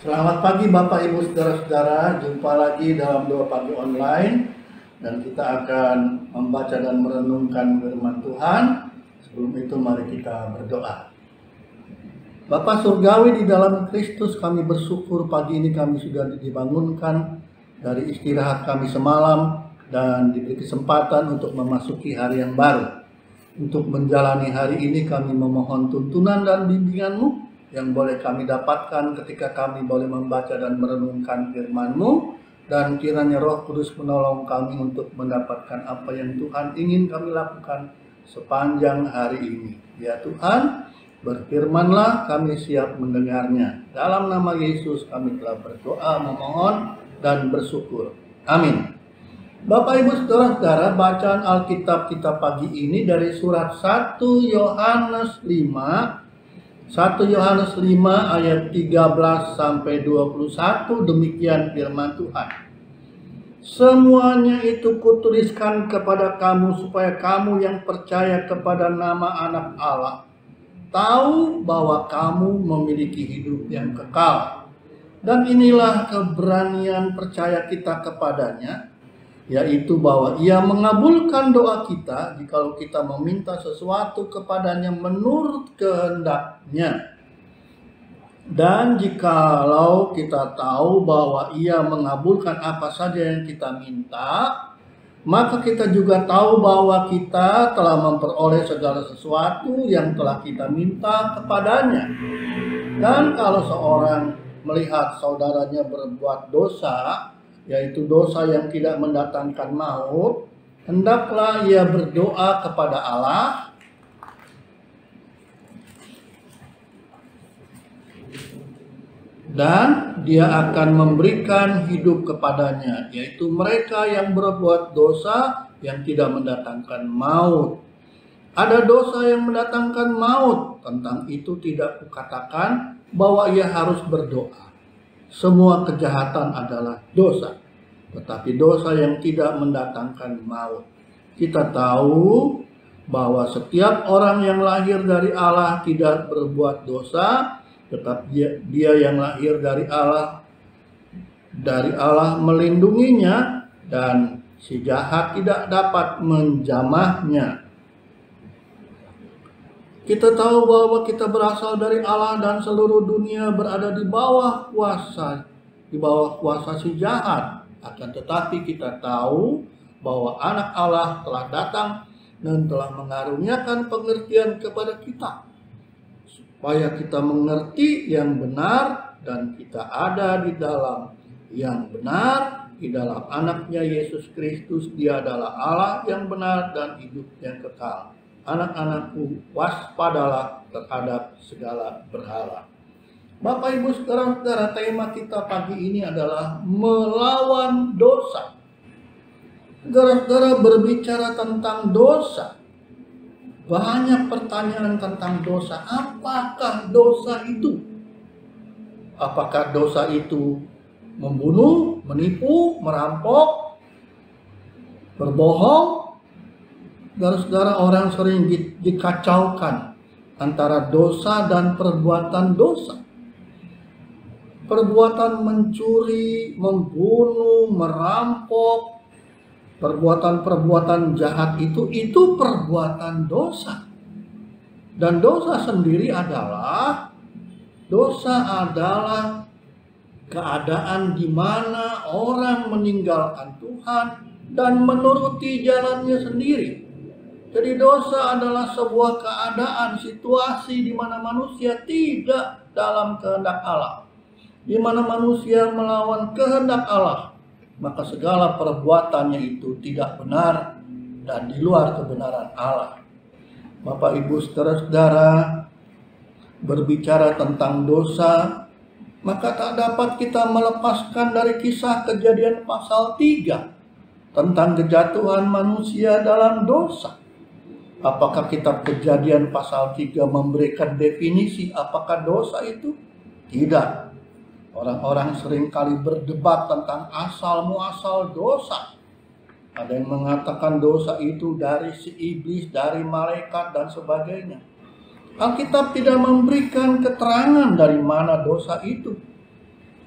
Selamat pagi Bapak Ibu Saudara-saudara, jumpa lagi dalam Doa Pagi Online dan kita akan membaca dan merenungkan firman Tuhan. Sebelum itu mari kita berdoa. Bapa Surgawi, di dalam Kristus kami bersyukur pagi ini kami sudah dibangunkan dari istirahat kami semalam dan diberi kesempatan untuk memasuki hari yang baru. Untuk menjalani hari ini kami memohon tuntunan dan bimbingan-Mu yang boleh kami dapatkan ketika kami boleh membaca dan merenungkan firman-Mu, dan kiranya Roh Kudus menolong kami untuk mendapatkan apa yang Tuhan ingin kami lakukan sepanjang hari ini. Ya Tuhan, berfirman-Lah, kami siap mendengarnya. Dalam nama Yesus kami telah berdoa, memohon dan bersyukur. Amin. Bapak Ibu Saudara-saudara, bacaan Alkitab kita pagi ini dari surat 1 Yohanes 5 ayat 13 sampai 21, demikian firman Tuhan. Semuanya itu kutuliskan kepada kamu supaya kamu yang percaya kepada nama Anak Allah tahu bahwa kamu memiliki hidup yang kekal. Dan inilah keberanian percaya kita kepadanya, yaitu bahwa Ia mengabulkan doa kita jikalau kita meminta sesuatu kepadanya menurut kehendak-Nya. Dan jikalau kita tahu bahwa Ia mengabulkan apa saja yang kita minta, maka kita juga tahu bahwa kita telah memperoleh segala sesuatu yang telah kita minta kepadanya. Dan kalau seorang melihat saudaranya berbuat dosa, yaitu dosa yang tidak mendatangkan maut, hendaklah ia berdoa kepada Allah dan Dia akan memberikan hidup kepadanya, yaitu mereka yang berbuat dosa yang tidak mendatangkan maut. Ada dosa yang mendatangkan maut, tentang itu tidak kukatakan bahwa ia harus berdoa. Semua kejahatan adalah dosa, tetapi dosa yang tidak mendatangkan maut. Kita tahu bahwa setiap orang yang lahir dari Allah tidak berbuat dosa, tetapi dia yang lahir dari Allah melindunginya, dan si jahat tidak dapat menjamahnya. Kita tahu bahwa kita berasal dari Allah dan seluruh dunia berada di bawah kuasa si jahat. Akan tetapi kita tahu bahwa Anak Allah telah datang dan telah mengaruniakan pengertian kepada kita, supaya kita mengerti yang benar dan kita ada di dalam yang benar, di dalam Anaknya Yesus Kristus. Dia adalah Allah yang benar dan hidup yang kekal. Anak-anakku, waspadalah terhadap segala berhala. Bapak Ibu Saudara-saudara, tema kita pagi ini adalah melawan dosa. Saudara-saudara, berbicara tentang dosa, banyak pertanyaan tentang dosa. Apakah dosa itu? Apakah dosa itu membunuh, menipu, merampok, berbohong? Saudara-saudara, orang sering dikacaukan antara dosa dan perbuatan dosa. Perbuatan mencuri, membunuh, merampok, perbuatan-perbuatan jahat itu perbuatan dosa. Dan dosa sendiri adalah keadaan di mana orang meninggalkan Tuhan dan menuruti jalannya sendiri. Jadi dosa adalah sebuah keadaan, situasi di mana manusia tidak dalam kehendak Allah, di mana manusia melawan kehendak Allah, maka segala perbuatannya itu tidak benar dan di luar kebenaran Allah. Bapak Ibu Saudara-saudara, berbicara tentang dosa, maka tak dapat kita melepaskan dari kisah Kejadian pasal 3 tentang kejatuhan manusia dalam dosa. Apakah kitab Kejadian pasal 3 memberikan definisi apakah dosa itu? Tidak. Orang-orang seringkali berdebat tentang asal-muasal dosa. Ada yang mengatakan dosa itu dari si iblis, dari malaikat, dan sebagainya. Alkitab tidak memberikan keterangan dari mana dosa itu.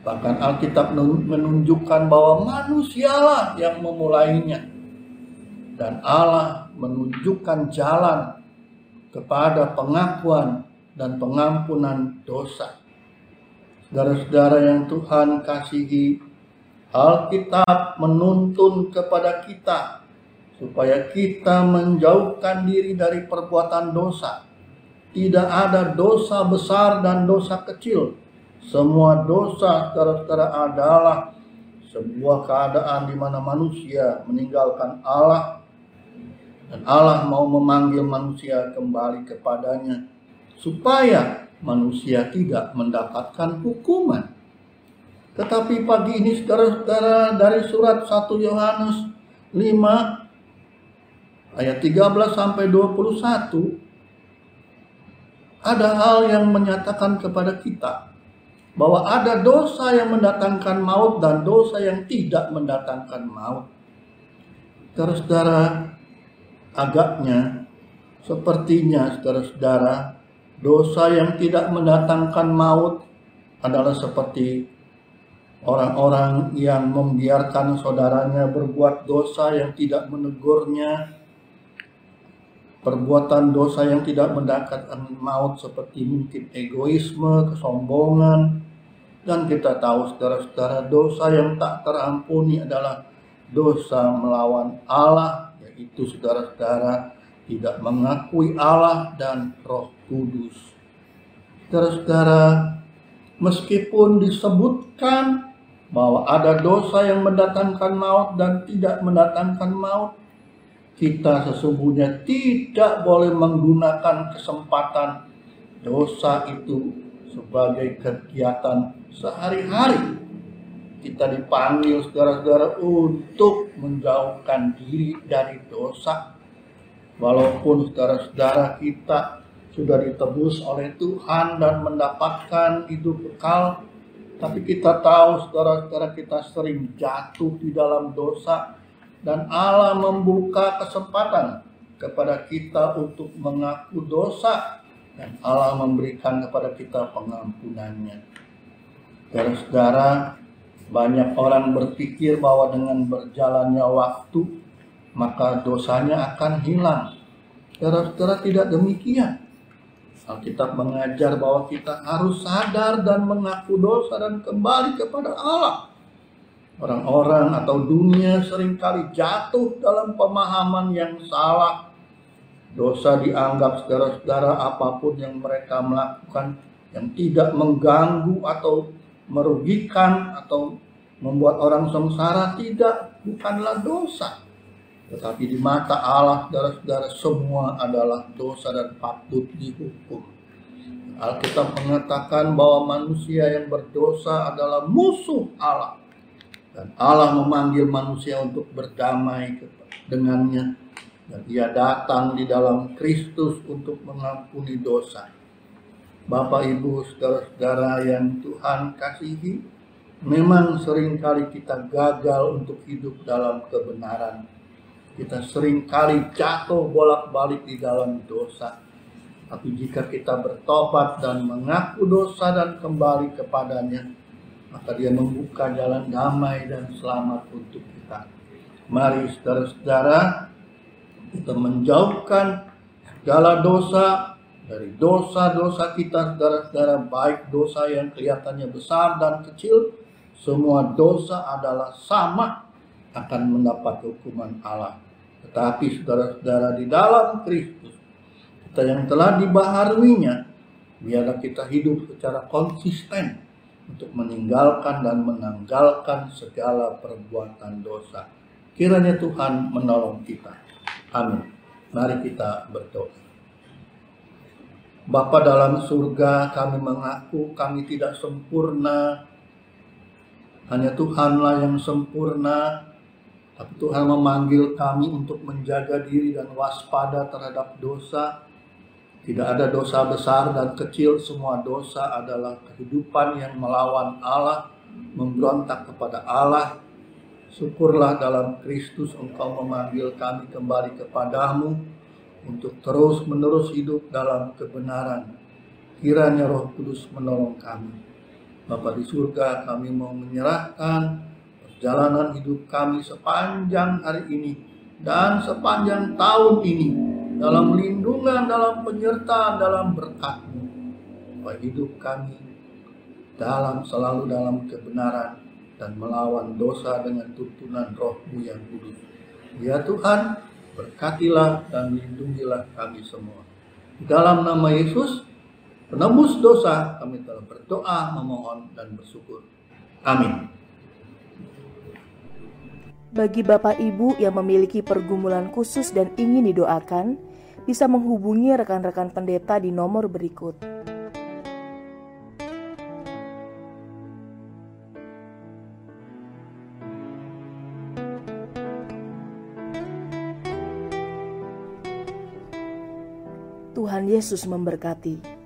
Bahkan Alkitab menunjukkan bahwa manusialah yang memulainya. Dan Allah menunjukkan jalan kepada pengakuan dan pengampunan dosa. Saudara-saudara yang Tuhan kasihi, Alkitab menuntun kepada kita supaya kita menjauhkan diri dari perbuatan dosa. Tidak ada dosa besar dan dosa kecil. Semua dosa, saudara-saudara, adalah sebuah keadaan di mana manusia meninggalkan Allah dan Allah mau memanggil manusia kembali kepadanya supaya manusia tidak mendapatkan hukuman. Tetapi pagi ini, saudara-saudara, dari surat 1 Yohanes 5 ayat 13 sampai 21 ada hal yang menyatakan kepada kita bahwa ada dosa yang mendatangkan maut dan dosa yang tidak mendatangkan maut. Saudara-saudara, agaknya sepertinya, saudara-saudara, dosa yang tidak mendatangkan maut adalah seperti orang-orang yang membiarkan saudaranya berbuat dosa yang tidak menegurnya. Perbuatan dosa yang tidak mendatangkan maut seperti mungkin egoisme, kesombongan. Dan kita tahu, saudara-saudara, dosa yang tak terampuni adalah dosa melawan Allah, yaitu, saudara-saudara, tidak mengakui Allah dan Roh Kudus. Saudara-saudara, meskipun disebutkan bahwa ada dosa yang mendatangkan maut dan tidak mendatangkan maut, kita sesungguhnya tidak boleh menggunakan kesempatan dosa itu sebagai kegiatan sehari-hari. Kita dipanggil, saudara-saudara, untuk menjauhkan diri dari dosa. Walaupun, saudara-saudara, kita sudah ditebus oleh Tuhan dan mendapatkan hidup kekal, tapi kita tahu, saudara-saudara, kita sering jatuh di dalam dosa. Dan Allah membuka kesempatan kepada kita untuk mengaku dosa. Dan Allah memberikan kepada kita pengampunannya. Saudara-saudara, banyak orang berpikir bahwa dengan berjalannya waktu, maka dosanya akan hilang. Saudara-saudara, tidak demikian. Alkitab mengajar bahwa kita harus sadar dan mengaku dosa dan kembali kepada Allah. Orang-orang atau dunia seringkali jatuh dalam pemahaman yang salah. Dosa dianggap, saudara-saudara, apapun yang mereka melakukan yang tidak mengganggu atau merugikan atau membuat orang sengsara bukanlah dosa. Tetapi di mata Allah, saudara-saudara, semua adalah dosa dan patut dihukum. Alkitab mengatakan bahwa manusia yang berdosa adalah musuh Allah. Dan Allah memanggil manusia untuk berdamai dengannya. Dan Ia datang di dalam Kristus untuk mengampuni dosa. Bapak, Ibu, saudara-saudara yang Tuhan kasihi, memang seringkali kita gagal untuk hidup dalam kebenaran. Kita seringkali jatuh bolak-balik di dalam dosa. Tapi jika kita bertobat dan mengaku dosa dan kembali kepadanya, maka Dia membuka jalan damai dan selamat untuk kita. Mari, saudara-saudara, kita menjauhkan segala dosa dari dosa-dosa kita, saudara-saudara, baik dosa yang kelihatannya besar dan kecil. Semua dosa adalah sama akan mendapat hukuman Allah. Tetapi, saudara-saudara, di dalam Kristus, kita yang telah dibaharuinya, biarlah kita hidup secara konsisten untuk meninggalkan dan menanggalkan segala perbuatan dosa. Kiranya Tuhan menolong kita. Amin. Mari kita berdoa. Bapa dalam surga, kami mengaku kami tidak sempurna. Hanya Tuhanlah yang sempurna. Tapi Tuhan memanggil kami untuk menjaga diri dan waspada terhadap dosa. Tidak ada dosa besar dan kecil, semua dosa adalah kehidupan yang melawan Allah, memberontak kepada Allah. Syukurlah dalam Kristus Engkau memanggil kami kembali kepadamu untuk terus-menerus hidup dalam kebenaran. Kiranya Roh Kudus menolong kami. Bapa di surga, kami mau menyerahkan perjalanan hidup kami sepanjang hari ini dan sepanjang tahun ini dalam lindungan, dalam penyertaan, dalam berkat-Mu. Supaya hidup kami selalu dalam kebenaran dan melawan dosa dengan tuntunan Roh-Mu yang kudus. Ya Tuhan, berkatilah dan lindungilah kami semua. Di dalam nama Yesus, penebus dosa, kami telah berdoa, memohon, dan bersyukur. Amin. Bagi Bapak Ibu yang memiliki pergumulan khusus dan ingin didoakan, bisa menghubungi rekan-rekan pendeta di nomor berikut. Tuhan Yesus memberkati.